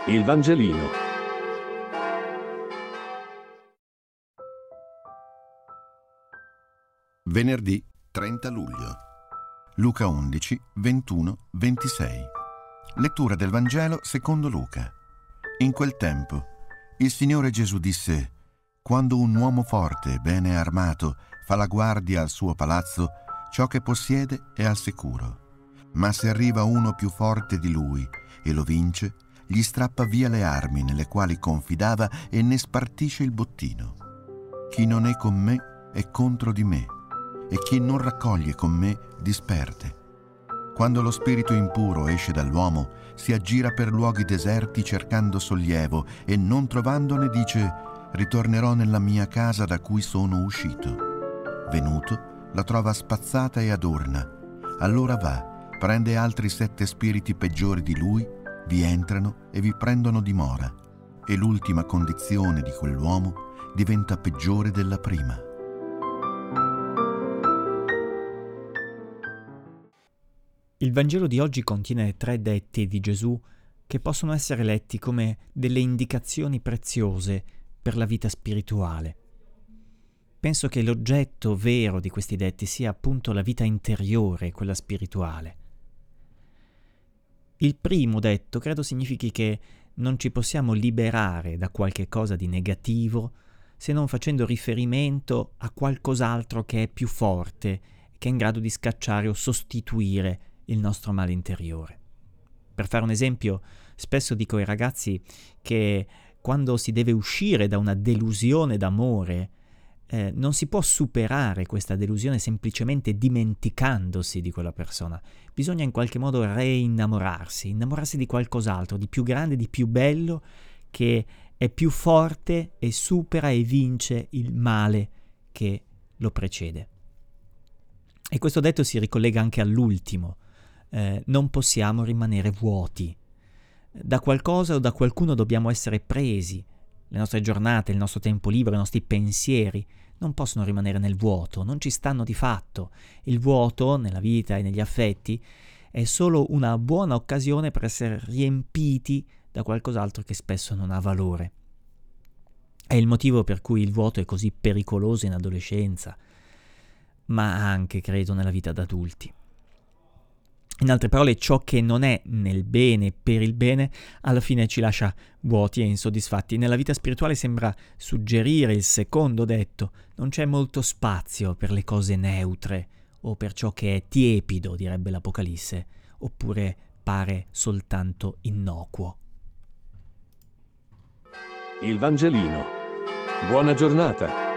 Il Vangelino. Venerdì 30 luglio. Luca 11, 21, 26. Lettura del Vangelo secondo Luca. In quel tempo, il Signore Gesù disse: «Quando un uomo forte, bene armato, fa la guardia al suo palazzo, ciò che possiede è al sicuro. Ma se arriva uno più forte di lui e lo vince, gli strappa via le armi nelle quali confidava e ne spartisce il bottino. Chi non è con me è contro di me, e chi non raccoglie con me disperde. Quando lo spirito impuro esce dall'uomo, si aggira per luoghi deserti cercando sollievo e non trovandone dice: ritornerò nella mia casa da cui sono uscito. Venuto, la trova spazzata e adorna. Allora va, prende altri 7 spiriti peggiori di lui, vi entrano e vi prendono dimora, e l'ultima condizione di quell'uomo diventa peggiore della prima». Il Vangelo di oggi contiene 3 detti di Gesù che possono essere letti come delle indicazioni preziose per la vita spirituale. Penso che l'oggetto vero di questi detti sia appunto la vita interiore, quella spirituale. Il primo detto credo significhi che non ci possiamo liberare da qualche cosa di negativo se non facendo riferimento a qualcos'altro che è più forte, che è in grado di scacciare o sostituire il nostro male interiore. Per fare un esempio, spesso dico ai ragazzi che quando si deve uscire da una delusione d'amore, non si può superare questa delusione semplicemente dimenticandosi di quella persona. Bisogna in qualche modo innamorarsi di qualcos'altro, di più grande, di più bello, che è più forte e supera e vince il male che lo precede. E questo detto si ricollega anche all'ultimo. Non possiamo rimanere vuoti. Da qualcosa o da qualcuno dobbiamo essere presi. Le nostre giornate, il nostro tempo libero, i nostri pensieri non possono rimanere nel vuoto, non ci stanno di fatto. Il vuoto, nella vita e negli affetti, è solo una buona occasione per essere riempiti da qualcos'altro che spesso non ha valore. È il motivo per cui il vuoto è così pericoloso in adolescenza, ma anche, credo, nella vita da adulti. In altre parole, ciò che non è nel bene per il bene, alla fine ci lascia vuoti e insoddisfatti. Nella vita spirituale sembra suggerire il secondo detto: non c'è molto spazio per le cose neutre o per ciò che è tiepido, direbbe l'Apocalisse, oppure pare soltanto innocuo. Il Vangelino. Buona giornata.